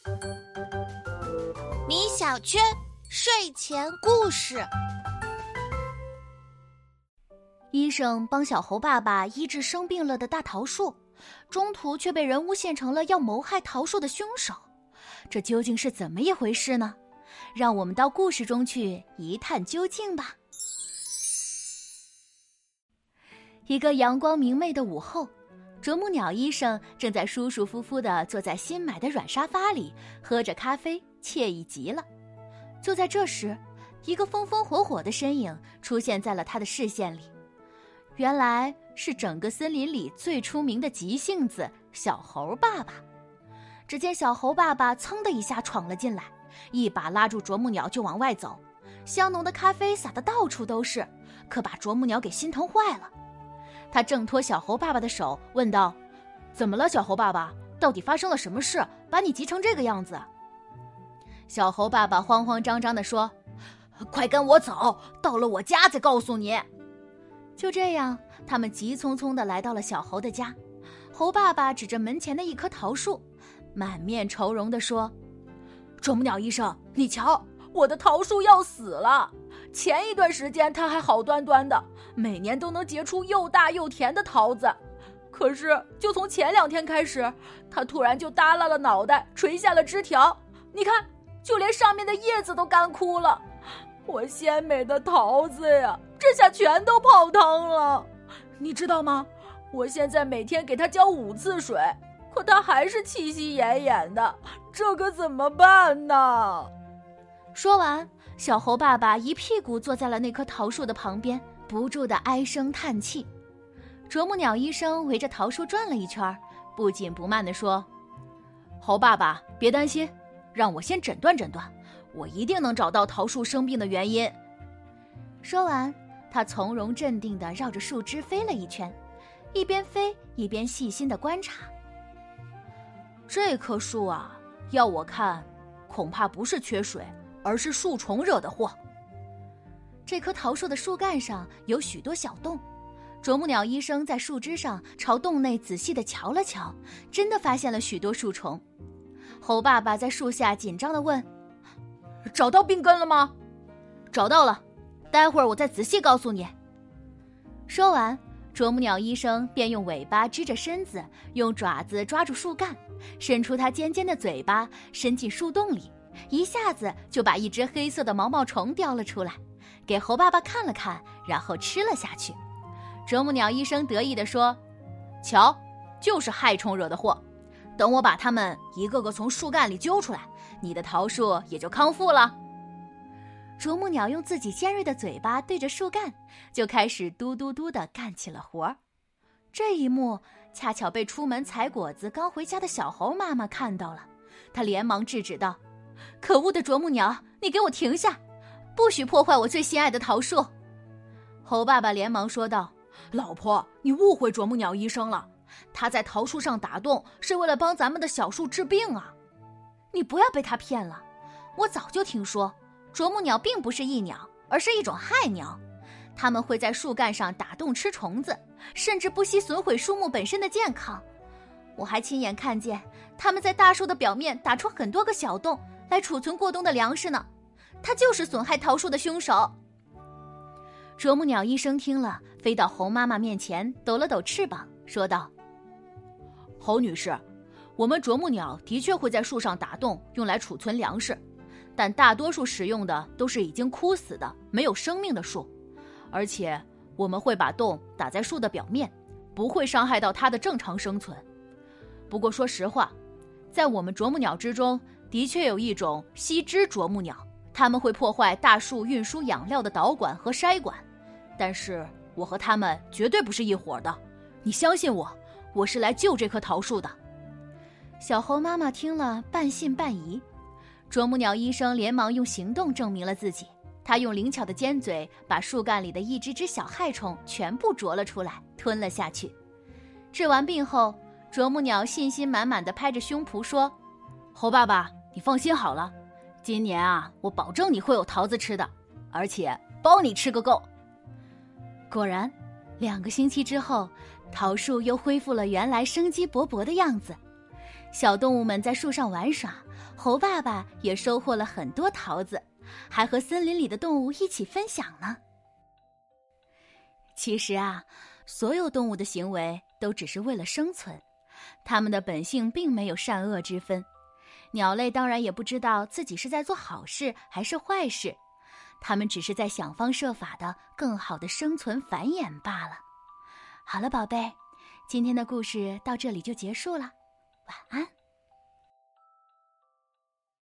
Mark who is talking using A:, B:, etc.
A: 米小圈睡前故事。
B: 医生帮小猴爸爸医治生病了的大桃树，中途却被人诬陷成了要谋害桃树的凶手，这究竟是怎么一回事呢？让我们到故事中去一探究竟吧。一个阳光明媚的午后，啄木鸟医生正在舒舒服服地坐在新买的软沙发里，喝着咖啡，惬意极了。就在这时，一个风风火火的身影出现在了他的视线里。原来是整个森林里最出名的急性子小猴爸爸。只见小猴爸爸噌的一下闯了进来，一把拉住啄木鸟就往外走，香浓的咖啡洒得到处都是，可把啄木鸟给心疼坏了。他挣脱小猴爸爸的手，问道：怎么了，小猴爸爸？到底发生了什么事，把你急成这个样子？小猴爸爸慌慌张张地说：快跟我走，到了我家再告诉你。就这样，他们急匆匆地来到了小猴的家。猴爸爸指着门前的一棵桃树，满面愁容地说：啄木鸟医生，你瞧，我的桃树要死了。前一段时间它还好端端的，每年都能结出又大又甜的桃子，可是就从前2天开始，它突然就耷拉了脑袋，垂下了枝条，你看，就连上面的叶子都干枯了。我鲜美的桃子呀，这下全都泡汤了。你知道吗？我现在每天给它浇5次水，可它还是气息奄奄的，这可怎么办呢？说完，小猴爸爸一屁股坐在了那棵桃树的旁边，不住地唉声叹气。啄木鸟医生围着桃树转了一圈，不紧不慢地说：猴爸爸，别担心，让我先诊断诊断，我一定能找到桃树生病的原因。说完，他从容镇定地绕着树枝飞了一圈，一边飞一边细心地观察。这棵树啊，要我看，恐怕不是缺水，而是树虫惹的祸。这棵桃树的树干上有许多小洞，啄木鸟医生在树枝上朝洞内仔细地瞧了瞧，真的发现了许多树虫。猴爸爸在树下紧张地问：找到病根了吗？找到了，待会儿我再仔细告诉你。说完，啄木鸟医生便用尾巴支着身子，用爪子抓住树干，伸出它尖尖的嘴巴，伸进树洞里，一下子就把一只黑色的毛毛虫叼了出来，给猴爸爸看了看，然后吃了下去。啄木鸟医生得意地说：瞧，就是害虫惹的祸，等我把它们一个个从树干里揪出来，你的桃树也就康复了。啄木鸟用自己尖锐的嘴巴对着树干，就开始嘟嘟嘟地干起了活。这一幕恰巧被出门采果子刚回家的小猴妈妈看到了，她连忙制止道：可恶的啄木鸟，你给我停下，不许破坏我最心爱的桃树。猴爸爸连忙说道：老婆，你误会啄木鸟医生了，他在桃树上打洞是为了帮咱们的小树治病啊。你不要被他骗了，我早就听说啄木鸟并不是益鸟，而是一种害鸟，它们会在树干上打洞吃虫子，甚至不惜损毁树木本身的健康。我还亲眼看见它们在大树的表面打出很多个小洞来储存过冬的粮食呢，它就是损害桃树的凶手。啄木鸟医生听了，飞到猴妈妈面前，抖了抖翅膀，说道：猴女士，我们啄木鸟的确会在树上打洞，用来储存粮食，但大多数使用的都是已经枯死的没有生命的树，而且我们会把洞打在树的表面，不会伤害到它的正常生存。不过说实话，在我们啄木鸟之中，的确有一种吸枝啄木鸟，它们会破坏大树运输养料的导管和筛管，但是我和它们绝对不是一伙的，你相信我，我是来救这棵桃树的。小猴妈妈听了半信半疑，啄木鸟医生连忙用行动证明了自己，他用灵巧的尖嘴把树干里的一只只小害虫全部啄了出来，吞了下去。治完病后，啄木鸟信心满满地拍着胸脯说：猴爸爸，你放心好了，今年啊，我保证你会有桃子吃的，而且包你吃个够。果然2个星期之后，桃树又恢复了原来生机勃勃的样子。 小动物们在树上玩耍，猴爸爸也收获了很多桃子，还和森林里的动物一起分享呢。其实啊，所有动物的行为都只是为了生存，它们的本性并没有善恶之分。鸟类当然也不知道自己是在做好事还是坏事，它们只是在想方设法的更好的生存繁衍罢了。好了，宝贝，今天的故事到这里就结束了，晚安。